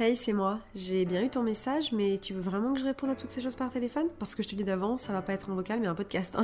Hey, c'est moi. J'ai bien eu ton message, mais tu veux vraiment que je réponde à toutes ces choses par téléphone? Parce que je te dis d'avance, ça va pas être un vocal, mais un podcast.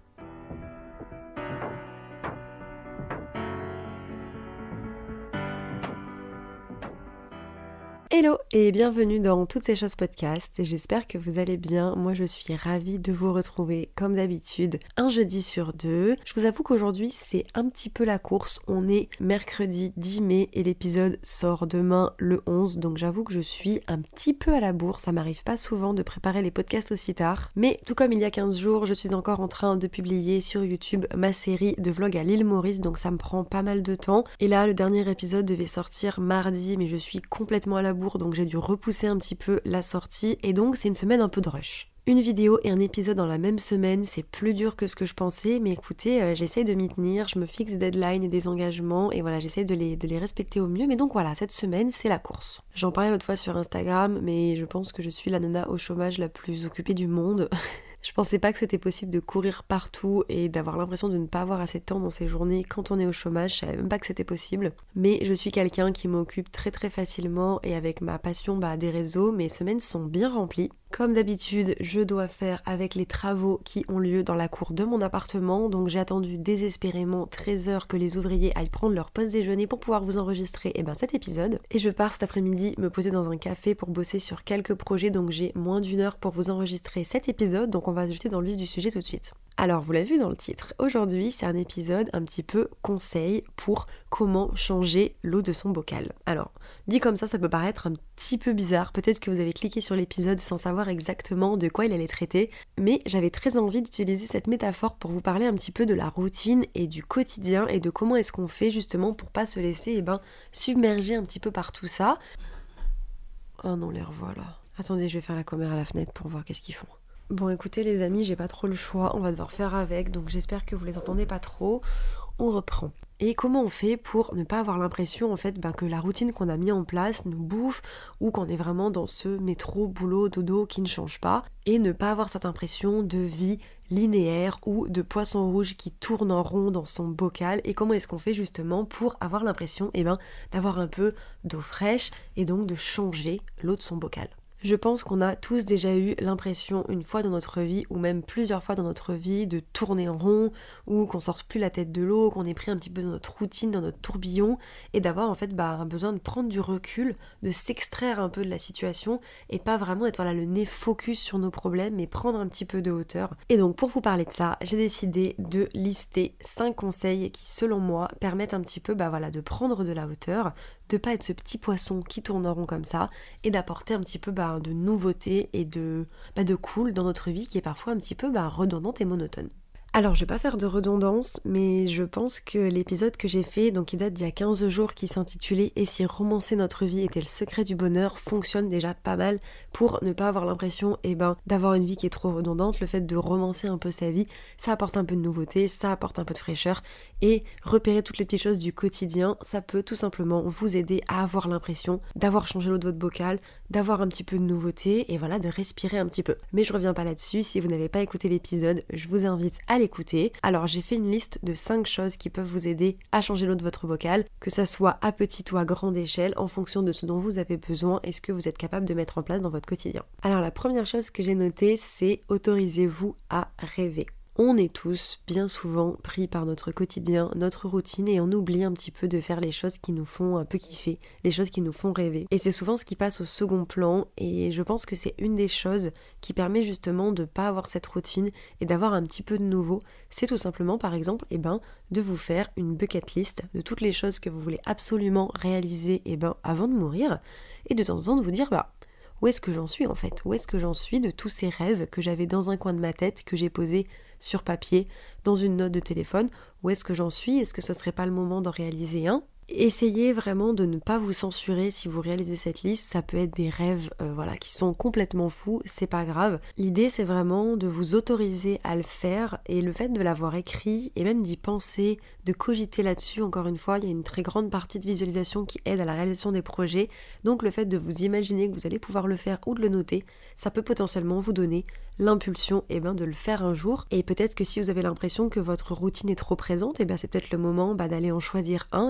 Hello et bienvenue dans Toutes ces choses podcast, j'espère que vous allez bien, moi je suis ravie de vous retrouver comme d'habitude un jeudi sur deux. Je vous avoue qu'aujourd'hui c'est un petit peu la course, on est mercredi 10 mai et l'épisode sort demain le 11, donc j'avoue que je suis un petit peu à la bourre, ça m'arrive pas souvent de préparer les podcasts aussi tard, mais tout comme il y a 15 jours, je suis encore en train de publier sur YouTube ma série de vlogs à l'île Maurice, donc ça me prend pas mal de temps, et là le dernier épisode devait sortir mardi, mais je suis complètement à la bourre, donc j'ai dû repousser un petit peu la sortie et donc c'est une semaine un peu de rush. Une vidéo et un épisode dans la même semaine, c'est plus dur que ce que je pensais, mais écoutez, j'essaye de m'y tenir, je me fixe des deadlines et des engagements, et voilà, j'essaye de les respecter au mieux, mais donc voilà, cette semaine, c'est la course. J'en parlais l'autre fois sur Instagram, mais je pense que je suis la nana au chômage la plus occupée du monde. Je pensais pas que c'était possible de courir partout et d'avoir l'impression de ne pas avoir assez de temps dans ses journées quand on est au chômage, je savais même pas que c'était possible. Mais je suis quelqu'un qui m'occupe très très facilement et avec ma passion des réseaux, mes semaines sont bien remplies. Comme d'habitude, je dois faire avec les travaux qui ont lieu dans la cour de mon appartement, donc j'ai attendu désespérément 13 heures que les ouvriers aillent prendre leur pause déjeuner pour pouvoir vous enregistrer cet épisode. Et je pars cet après-midi me poser dans un café pour bosser sur quelques projets, donc j'ai moins d'une heure pour vous enregistrer cet épisode, donc on va se jeter dans le vif du sujet tout de suite. Alors, vous l'avez vu dans le titre, aujourd'hui c'est un épisode un petit peu conseil pour comment changer l'eau de son bocal. Alors, dit comme ça peut paraître un petit peu bizarre, peut-être que vous avez cliqué sur l'épisode sans savoir exactement de quoi il allait traiter, mais j'avais très envie d'utiliser cette métaphore pour vous parler un petit peu de la routine et du quotidien et de comment est-ce qu'on fait justement pour pas se laisser submerger un petit peu par tout ça. Oh non, les revoilà. Attendez, je vais faire la commère à la fenêtre pour voir qu'est-ce qu'ils font. Bon écoutez les amis, j'ai pas trop le choix, on va devoir faire avec, donc j'espère que vous les entendez pas trop. On reprend. Et comment on fait pour ne pas avoir l'impression que la routine qu'on a mis en place nous bouffe ou qu'on est vraiment dans ce métro, boulot, dodo qui ne change pas et ne pas avoir cette impression de vie linéaire ou de poisson rouge qui tourne en rond dans son bocal, et comment est-ce qu'on fait justement pour avoir l'impression d'avoir un peu d'eau fraîche et donc de changer l'eau de son bocal. Je pense qu'on a tous déjà eu l'impression une fois dans notre vie ou même plusieurs fois dans notre vie de tourner en rond ou qu'on sorte plus la tête de l'eau, qu'on est pris un petit peu dans notre routine, dans notre tourbillon et d'avoir un besoin de prendre du recul, de s'extraire un peu de la situation et pas vraiment être le nez focus sur nos problèmes mais prendre un petit peu de hauteur. Et donc pour vous parler de ça, j'ai décidé de lister 5 conseils qui selon moi permettent un petit peu de prendre de la hauteur, de pas être ce petit poisson qui tourne en rond comme ça et d'apporter un petit peu de nouveauté et de cool dans notre vie qui est parfois un petit peu redondante et monotone. Alors je vais pas faire de redondance, mais je pense que l'épisode que j'ai fait, donc qui date d'il y a 15 jours, qui s'intitulait « Et si romancer notre vie était le secret du bonheur » fonctionne déjà pas mal pour ne pas avoir l'impression d'avoir une vie qui est trop redondante. Le fait de romancer un peu sa vie, ça apporte un peu de nouveauté, ça apporte un peu de fraîcheur, et repérer toutes les petites choses du quotidien, ça peut tout simplement vous aider à avoir l'impression d'avoir changé l'eau de votre bocal, d'avoir un petit peu de nouveauté, et de respirer un petit peu. Mais je reviens pas là-dessus, si vous n'avez pas écouté l'épisode, je vous invite à l'écouter. Alors j'ai fait une liste de 5 choses qui peuvent vous aider à changer l'eau de votre bocal, que ça soit à petite ou à grande échelle, en fonction de ce dont vous avez besoin et ce que vous êtes capable de mettre en place dans votre quotidien. Alors la première chose que j'ai notée, c'est autorisez-vous à rêver. On est tous bien souvent pris par notre quotidien, notre routine, et on oublie un petit peu de faire les choses qui nous font un peu kiffer, les choses qui nous font rêver. Et c'est souvent ce qui passe au second plan, et je pense que c'est une des choses qui permet justement de pas avoir cette routine et d'avoir un petit peu de nouveau. C'est tout simplement par exemple de vous faire une bucket list de toutes les choses que vous voulez absolument réaliser avant de mourir, et de temps en temps de vous dire où est-ce que j'en suis en fait? Où est-ce que j'en suis de tous ces rêves que j'avais dans un coin de ma tête, que j'ai posé sur papier, dans une note de téléphone? Où est-ce que j'en suis? Est-ce que ce serait pas le moment d'en réaliser un? Essayez vraiment de ne pas vous censurer si vous réalisez cette liste, ça peut être des rêves qui sont complètement fous, c'est pas grave. L'idée c'est vraiment de vous autoriser à le faire, et le fait de l'avoir écrit et même d'y penser, de cogiter là-dessus, encore une fois, il y a une très grande partie de visualisation qui aide à la réalisation des projets, donc le fait de vous imaginer que vous allez pouvoir le faire ou de le noter, ça peut potentiellement vous donner l'impulsion de le faire un jour. Et peut-être que si vous avez l'impression que votre routine est trop présente, c'est peut-être le moment d'aller en choisir un et de vous dire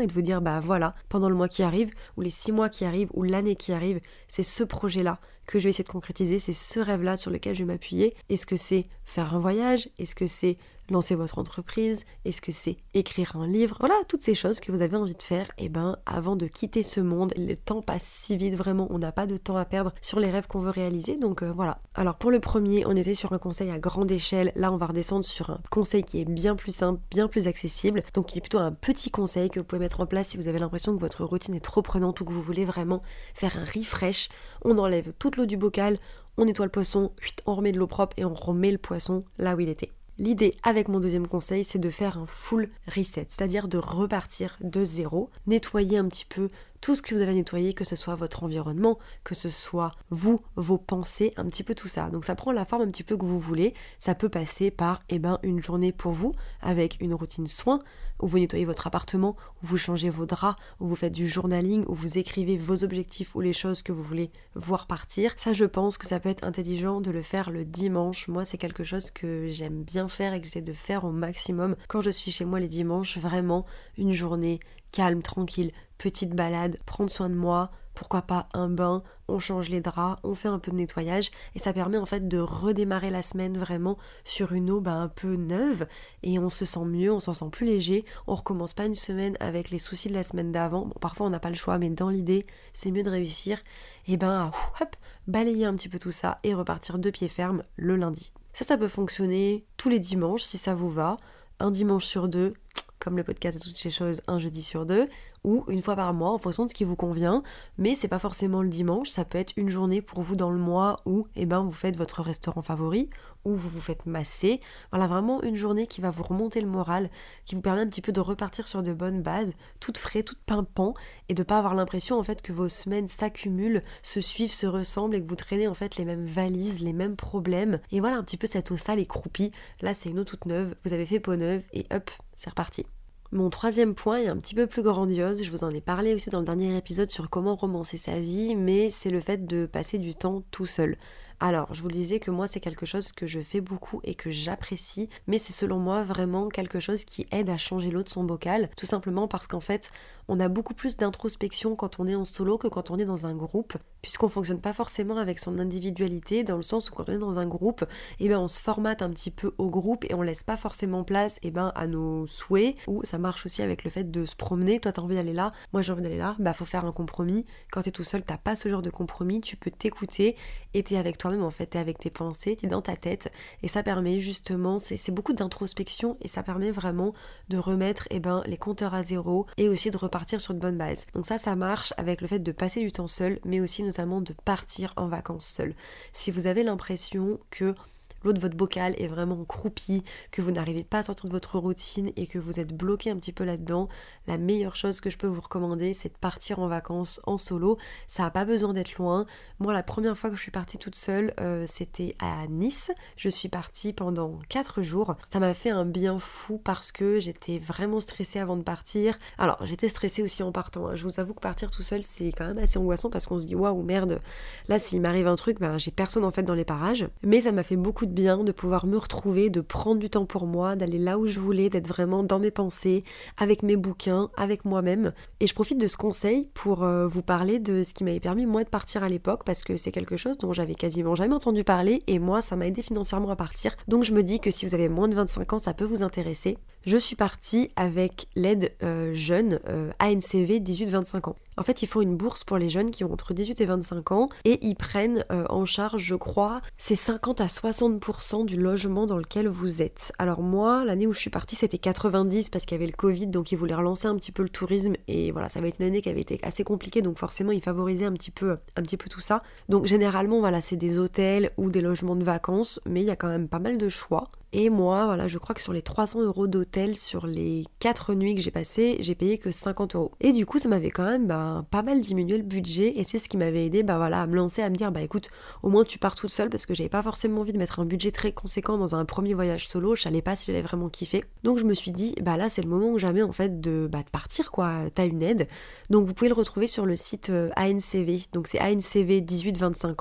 bah voilà, pendant le mois qui arrive, ou les 6 mois qui arrivent, ou l'année qui arrive, c'est ce projet-là que je vais essayer de concrétiser, c'est ce rêve-là sur lequel je vais m'appuyer. Est-ce que c'est faire un voyage? Est-ce que c'est lancer votre entreprise? Est-ce que c'est écrire un livre? Voilà, toutes ces choses que vous avez envie de faire, et ben avant de quitter ce monde, le temps passe si vite, vraiment, on n'a pas de temps à perdre sur les rêves qu'on veut réaliser, donc voilà. Alors pour le premier, on était sur un conseil à grande échelle, là on va redescendre sur un conseil qui est bien plus simple, bien plus accessible, donc qui est plutôt un petit conseil que vous pouvez mettre en place si vous avez l'impression que votre routine est trop prenante ou que vous voulez vraiment faire un refresh. On enlève toute l'eau du bocal, on nettoie le poisson, on remet de l'eau propre et on remet le poisson là où il était. L'idée avec mon deuxième conseil, c'est de faire un full reset, c'est-à-dire de repartir de zéro, nettoyer un petit peu tout ce que vous avez nettoyé, que ce soit votre environnement, que ce soit vous, vos pensées, un petit peu tout ça. Donc ça prend la forme un petit peu que vous voulez. Ça peut passer par une journée pour vous, avec une routine soin, où vous nettoyez votre appartement, où vous changez vos draps, où vous faites du journaling, où vous écrivez vos objectifs ou les choses que vous voulez voir partir. Ça, je pense que ça peut être intelligent de le faire le dimanche. Moi, c'est quelque chose que j'aime bien faire et que j'essaie de faire au maximum quand je suis chez moi les dimanches. Vraiment une journée calme, tranquille, petite balade, prendre soin de moi, pourquoi pas un bain, on change les draps, on fait un peu de nettoyage et ça permet en fait de redémarrer la semaine vraiment sur une eau un peu neuve et on se sent mieux, on s'en sent plus léger, on recommence pas une semaine avec les soucis de la semaine d'avant. Bon, parfois on n'a pas le choix, mais dans l'idée c'est mieux de réussir et hop, balayer un petit peu tout ça et repartir de pied ferme le lundi. Ça peut fonctionner tous les dimanches si ça vous va, un dimanche sur deux, comme le podcast de toutes ces choses, un jeudi sur deux, ou une fois par mois en fonction de ce qui vous convient, mais c'est pas forcément le dimanche, ça peut être une journée pour vous dans le mois où vous faites votre restaurant favori, ou vous vous faites masser. Voilà, vraiment une journée qui va vous remonter le moral, qui vous permet un petit peu de repartir sur de bonnes bases, toutes frais, toutes pimpant, et de pas avoir l'impression en fait que vos semaines s'accumulent, se suivent, se ressemblent, et que vous traînez en fait les mêmes valises, les mêmes problèmes, et voilà un petit peu cette eau sale et croupie. Là c'est une eau toute neuve, vous avez fait peau neuve, et hop, c'est reparti. Mon troisième point est un petit peu plus grandiose, je vous en ai parlé aussi dans le dernier épisode sur comment romancer sa vie, mais c'est le fait de passer du temps tout seul. Alors, je vous le disais que moi c'est quelque chose que je fais beaucoup et que j'apprécie, mais c'est selon moi vraiment quelque chose qui aide à changer l'eau de son bocal, tout simplement parce qu'en fait, on a beaucoup plus d'introspection quand on est en solo que quand on est dans un groupe, puisqu'on fonctionne pas forcément avec son individualité, dans le sens où quand on est dans un groupe, on se formate un petit peu au groupe et on laisse pas forcément place à nos souhaits, ou ça marche aussi avec le fait de se promener, toi t'as envie d'aller là, moi j'ai envie d'aller là, faut faire un compromis. Quand t'es tout seul, t'as pas ce genre de compromis, tu peux t'écouter et t'es avec toi-même en fait, t'es avec tes pensées, t'es dans ta tête, et ça permet justement, c'est beaucoup d'introspection et ça permet vraiment de remettre les compteurs à zéro et aussi de repartir sur de bonnes bases. Donc ça marche avec le fait de passer du temps seul, mais aussi notamment de partir en vacances seul. Si vous avez l'impression que l'eau de votre bocal est vraiment croupie, que vous n'arrivez pas à sortir de votre routine et que vous êtes bloqué un petit peu là-dedans, la meilleure chose que je peux vous recommander, c'est de partir en vacances en solo. Ça n'a pas besoin d'être loin. Moi, la première fois que je suis partie toute seule, c'était à Nice. Je suis partie pendant 4 jours. Ça m'a fait un bien fou parce que j'étais vraiment stressée avant de partir. Alors, j'étais stressée aussi en partant, hein. Je vous avoue que partir tout seul, c'est quand même assez angoissant parce qu'on se dit waouh, merde, là s'il m'arrive un truc, j'ai personne en fait dans les parages. Mais ça m'a fait beaucoup de bien de pouvoir me retrouver, de prendre du temps pour moi, d'aller là où je voulais, d'être vraiment dans mes pensées, avec mes bouquins, avec moi-même. Et je profite de ce conseil pour vous parler de ce qui m'avait permis moi de partir à l'époque, parce que c'est quelque chose dont j'avais quasiment jamais entendu parler et moi ça m'a aidé financièrement à partir. Donc je me dis que si vous avez moins de 25 ans, ça peut vous intéresser. Je suis partie avec l'aide jeune ANCV 18-25 ans. En fait, ils font une bourse pour les jeunes qui ont entre 18 et 25 ans et ils prennent en charge, je crois, c'est 50 à 60% du logement dans lequel vous êtes. Alors moi, l'année où je suis partie, c'était 90 parce qu'il y avait le Covid, donc ils voulaient relancer un petit peu le tourisme et voilà, ça avait été une année qui avait été assez compliquée, donc forcément ils favorisaient un petit peu tout ça. Donc généralement, voilà, c'est des hôtels ou des logements de vacances, mais il y a quand même pas mal de choix. Et moi, voilà, je crois que sur les 300 € d'hôtel, sur les 4 nuits que j'ai passées, j'ai payé que 50 €. Et du coup, ça m'avait quand même pas mal diminué le budget et c'est ce qui m'avait aidé à me lancer, à me dire écoute, au moins tu pars toute seule parce que j'avais pas forcément envie de mettre un budget très conséquent dans un premier voyage solo, je savais pas si j'allais vraiment kiffer. Donc je me suis dit, là c'est le moment ou jamais en fait de partir quoi, t'as une aide. Donc vous pouvez le retrouver sur le site ANCV, donc c'est ANCV 18-25 ans.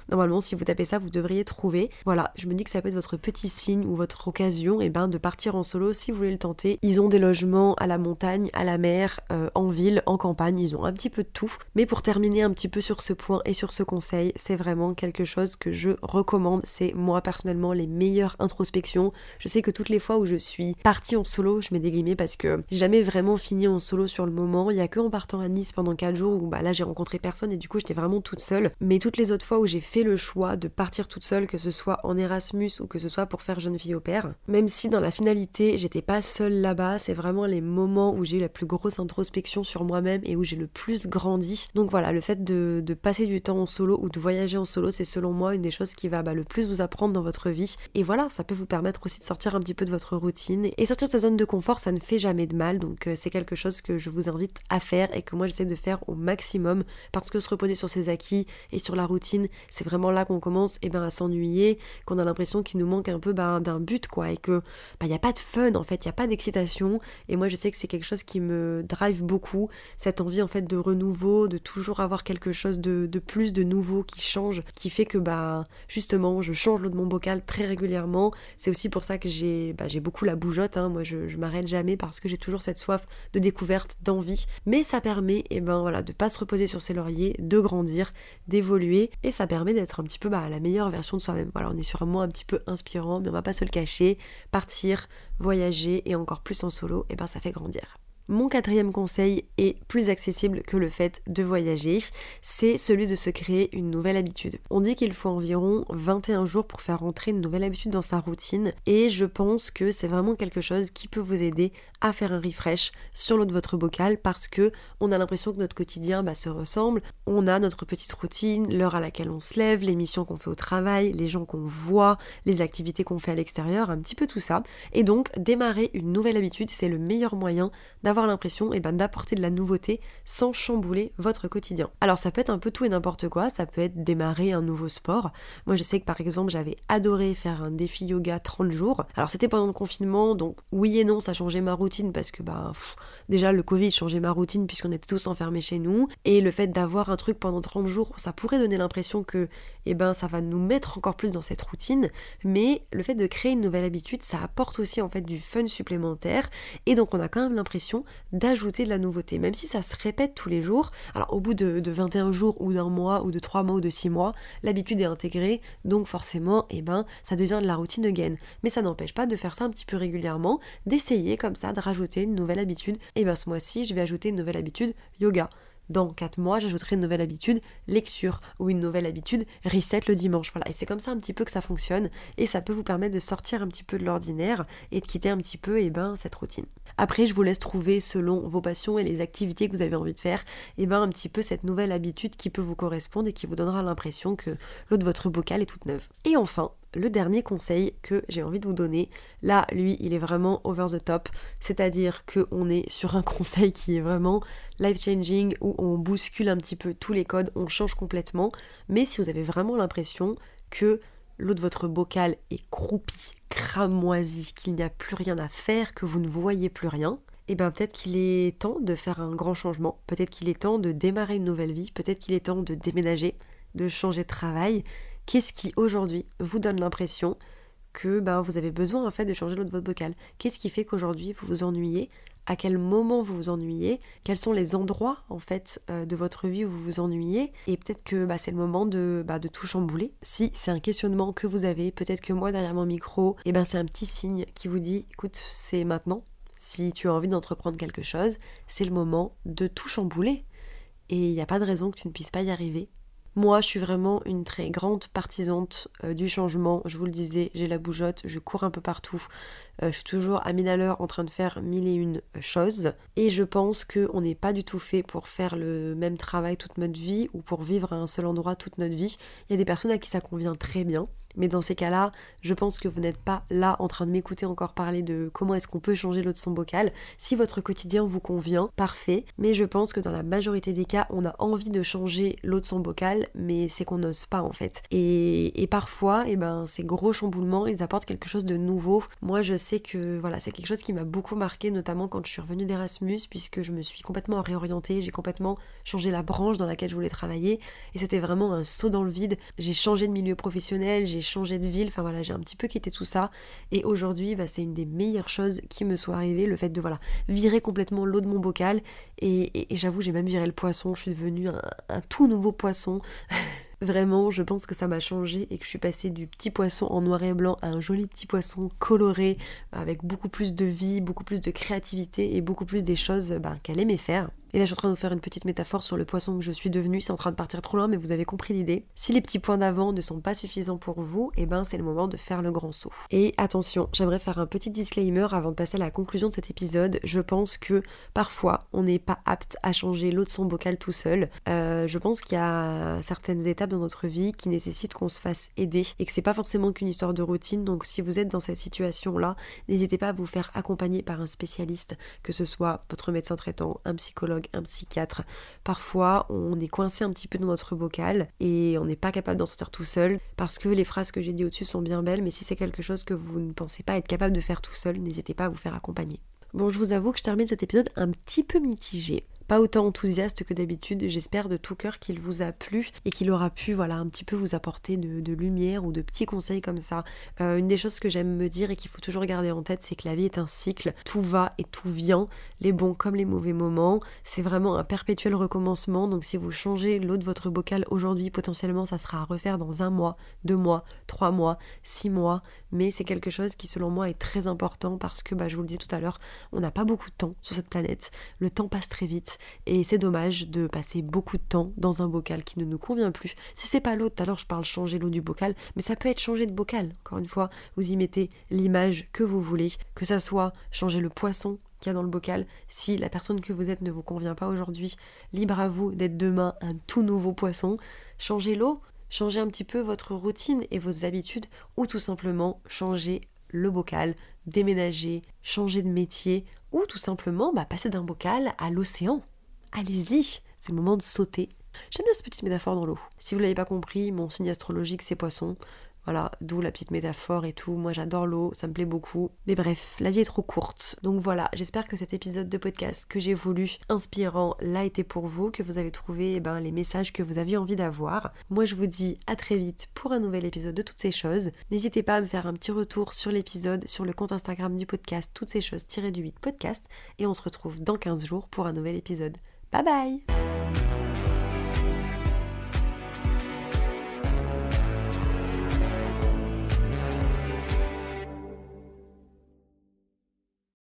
Normalement, si vous tapez ça, vous devriez trouver. Voilà, je me dis que ça peut être votre petit signe ou votre occasion de partir en solo si vous voulez le tenter. Ils ont des logements à la montagne, à la mer, en ville, en campagne, ils ont un petit peu de tout. Mais pour terminer un petit peu sur ce point et sur ce conseil, c'est vraiment quelque chose que je recommande. C'est moi personnellement les meilleures introspections. Je sais que toutes les fois où je suis partie en solo, je mets des guillemets parce que j'ai jamais vraiment fini en solo sur le moment. Il y a que en partant à Nice pendant 4 jours où là j'ai rencontré personne et du coup j'étais vraiment toute seule. Mais toutes les autres fois où j'ai fait le choix de partir toute seule, que ce soit en Erasmus ou que ce soit pour faire jeune fille au pair, même si dans la finalité j'étais pas seule là-bas, c'est vraiment les moments où j'ai eu la plus grosse introspection sur moi-même et où j'ai le plus grandi. Donc voilà, le fait de passer du temps en solo ou de voyager en solo, c'est selon moi une des choses qui va le plus vous apprendre dans votre vie. Et voilà, ça peut vous permettre aussi de sortir un petit peu de votre routine. Et sortir de sa zone de confort, ça ne fait jamais de mal, donc c'est quelque chose que je vous invite à faire et que moi j'essaie de faire au maximum, parce que se reposer sur ses acquis et sur la routine, c'est vraiment là qu'on commence à s'ennuyer, qu'on a l'impression qu'il nous manque un peu d'un but quoi, et que y a pas de fun en fait, il y a pas d'excitation. Et moi je sais que c'est quelque chose qui me drive beaucoup, cette envie en fait de renouveau, de toujours avoir quelque chose de plus, de nouveau qui change, qui fait que justement je change l'eau de mon bocal très régulièrement. C'est aussi pour ça que j'ai beaucoup la bougeotte, hein. Moi je m'arrête jamais parce que j'ai toujours cette soif de découverte, d'envie, mais ça permet de pas se reposer sur ses lauriers, de grandir, d'évoluer, et ça permet d'être un petit peu la meilleure version de soi-même. Voilà, on est sur un mot un petit peu inspirant, mais on va pas se le cacher, partir, voyager et encore plus en solo, ça fait grandir. Mon 4e conseil est plus accessible que le fait de voyager, c'est celui de se créer une nouvelle habitude. On dit qu'il faut environ 21 jours pour faire rentrer une nouvelle habitude dans sa routine, et je pense que c'est vraiment quelque chose qui peut vous aider à faire un refresh sur l'eau de votre bocal, parce que on a l'impression que notre quotidien se ressemble. On a notre petite routine, l'heure à laquelle on se lève, les missions qu'on fait au travail, les gens qu'on voit, les activités qu'on fait à l'extérieur, un petit peu tout ça. Et donc démarrer une nouvelle habitude, c'est le meilleur moyen d'avoir l'impression d'apporter de la nouveauté sans chambouler votre quotidien. Alors ça peut être un peu tout et n'importe quoi, ça peut être démarrer un nouveau sport. Moi je sais que par exemple j'avais adoré faire un défi yoga 30 jours. Alors c'était pendant le confinement, donc oui et non, ça changeait ma routine parce que déjà le Covid changeait ma routine puisqu'on était tous enfermés chez nous, et le fait d'avoir un truc pendant 30 jours, ça pourrait donner l'impression que ça va nous mettre encore plus dans cette routine, mais le fait de créer une nouvelle habitude, ça apporte aussi en fait du fun supplémentaire, et donc on a quand même l'impression d'ajouter de la nouveauté, même si ça se répète tous les jours. Alors au bout de 21 jours ou d'un mois ou de 3 mois ou de 6 mois, l'habitude est intégrée, donc forcément ça devient de la routine again. Mais ça n'empêche pas de faire ça un petit peu régulièrement, d'essayer comme ça de rajouter une nouvelle habitude. Ce mois-ci je vais ajouter une nouvelle habitude yoga. Dans 4 mois, j'ajouterai une nouvelle habitude lecture, ou une nouvelle habitude reset le dimanche. Voilà, et c'est comme ça un petit peu que ça fonctionne, et ça peut vous permettre de sortir un petit peu de l'ordinaire et de quitter un petit peu cette routine. Après, je vous laisse trouver selon vos passions et les activités que vous avez envie de faire, un petit peu cette nouvelle habitude qui peut vous correspondre et qui vous donnera l'impression que l'eau de votre bocal est toute neuve. Et enfin, le dernier conseil que j'ai envie de vous donner, là, lui, il est vraiment over the top, c'est-à-dire qu'on est sur un conseil qui est vraiment life-changing, où on bouscule un petit peu tous les codes, on change complètement, mais si vous avez vraiment l'impression que l'eau de votre bocal est croupie, cramoisie, qu'il n'y a plus rien à faire, que vous ne voyez plus rien, peut-être qu'il est temps de faire un grand changement, peut-être qu'il est temps de démarrer une nouvelle vie, peut-être qu'il est temps de déménager, de changer de travail. Qu'est-ce qui aujourd'hui vous donne l'impression que vous avez besoin en fait de changer l'eau de votre bocal? Qu'est-ce qui fait qu'aujourd'hui vous vous ennuyez? À quel moment vous vous ennuyez? Quels sont les endroits en fait de votre vie où vous vous ennuyez? Et peut-être que c'est le moment de tout chambouler. Si c'est un questionnement que vous avez, peut-être que moi derrière mon micro, c'est un petit signe qui vous dit écoute, c'est maintenant. Si tu as envie d'entreprendre quelque chose, c'est le moment de tout chambouler. Et il n'y a pas de raison que tu ne puisses pas y arriver. Moi, je suis vraiment une très grande partisante du changement. Je vous le disais, j'ai la bougeotte, je cours un peu partout. Je suis toujours à 1000 à l'heure en train de faire 1001 choses. Et je pense qu'on n'est pas du tout fait pour faire le même travail toute notre vie ou pour vivre à un seul endroit toute notre vie. Il y a des personnes à qui ça convient très bien. Mais dans ces cas-là, je pense que vous n'êtes pas là en train de m'écouter encore parler de comment est-ce qu'on peut changer l'eau de son bocal. Si votre quotidien vous convient, parfait. Mais je pense que dans la majorité des cas, on a envie de changer l'eau de son bocal, mais c'est qu'on n'ose pas en fait. Et parfois, ces gros chamboulements, ils apportent quelque chose de nouveau. Moi, je sais que voilà, c'est quelque chose qui m'a beaucoup marqué, notamment quand je suis revenue d'Erasmus, puisque je me suis complètement réorientée, j'ai complètement changé la branche dans laquelle je voulais travailler, et c'était vraiment un saut dans le vide. J'ai changé de milieu professionnel, j'ai changé de ville, enfin voilà, j'ai un petit peu quitté tout ça, et aujourd'hui, c'est une des meilleures choses qui me soit arrivée, le fait de virer complètement l'eau de mon bocal, et j'avoue, j'ai même viré le poisson, je suis devenue un tout nouveau poisson. Vraiment, je pense que ça m'a changé et que je suis passée du petit poisson en noir et blanc à un joli petit poisson coloré, avec beaucoup plus de vie, beaucoup plus de créativité et beaucoup plus des choses qu'elle aimait faire. Et là, je suis en train de vous faire une petite métaphore sur le poisson que je suis devenue. C'est en train de partir trop loin, mais vous avez compris l'idée. Si les petits points d'avant ne sont pas suffisants pour vous, c'est le moment de faire le grand saut. Et attention, j'aimerais faire un petit disclaimer avant de passer à la conclusion de cet épisode. Je pense que parfois, on n'est pas apte à changer l'eau de son bocal tout seul. Je pense qu'il y a certaines étapes dans notre vie qui nécessitent qu'on se fasse aider et que c'est pas forcément qu'une histoire de routine. Donc si vous êtes dans cette situation-là, n'hésitez pas à vous faire accompagner par un spécialiste, que ce soit votre médecin traitant, un psychologue, un psychiatre. Parfois, on est coincé un petit peu dans notre bocal et on n'est pas capable d'en sortir tout seul parce que les phrases que j'ai dit au-dessus sont bien belles, mais si c'est quelque chose que vous ne pensez pas être capable de faire tout seul, n'hésitez pas à vous faire accompagner. Bon, je vous avoue que je termine cet épisode un petit peu mitigé. Pas autant enthousiaste que d'habitude, j'espère de tout cœur qu'il vous a plu et qu'il aura pu un petit peu vous apporter de lumière ou de petits conseils comme ça. Une des choses que j'aime me dire et qu'il faut toujours garder en tête, c'est que la vie est un cycle, tout va et tout vient, les bons comme les mauvais moments, c'est vraiment un perpétuel recommencement, donc si vous changez l'eau de votre bocal aujourd'hui, potentiellement ça sera à refaire dans 1 mois, 2 mois, 3 mois, 6 mois, mais c'est quelque chose qui selon moi est très important parce que, je vous le disais tout à l'heure, on n'a pas beaucoup de temps sur cette planète, le temps passe très vite. Et c'est dommage de passer beaucoup de temps dans un bocal qui ne nous convient plus. Si c'est pas l'eau, tout à l'heure je parle changer l'eau du bocal, mais ça peut être changer de bocal. Encore une fois, vous y mettez l'image que vous voulez, que ça soit changer le poisson qu'il y a dans le bocal. Si la personne que vous êtes ne vous convient pas aujourd'hui, libre à vous d'être demain un tout nouveau poisson. Changez l'eau, changez un petit peu votre routine et vos habitudes, ou tout simplement changer le bocal, déménager, changer de métier, ou tout simplement passer d'un bocal à l'océan. Allez-y, c'est le moment de sauter. J'aime bien cette petite métaphore dans l'eau. Si vous l'avez pas compris, mon signe astrologique c'est poisson. Voilà, d'où la petite métaphore et tout. Moi j'adore l'eau, ça me plaît beaucoup. Mais bref, la vie est trop courte. Donc voilà, j'espère que cet épisode de podcast que j'ai voulu inspirant l'a été pour vous, que vous avez trouvé les messages que vous aviez envie d'avoir. Moi je vous dis à très vite pour un nouvel épisode de Toutes ces choses. N'hésitez pas à me faire un petit retour sur l'épisode, sur le compte Instagram du podcast, Toutes ces choses -du 8 podcast. Et on se retrouve dans 15 jours pour un nouvel épisode. Bye bye!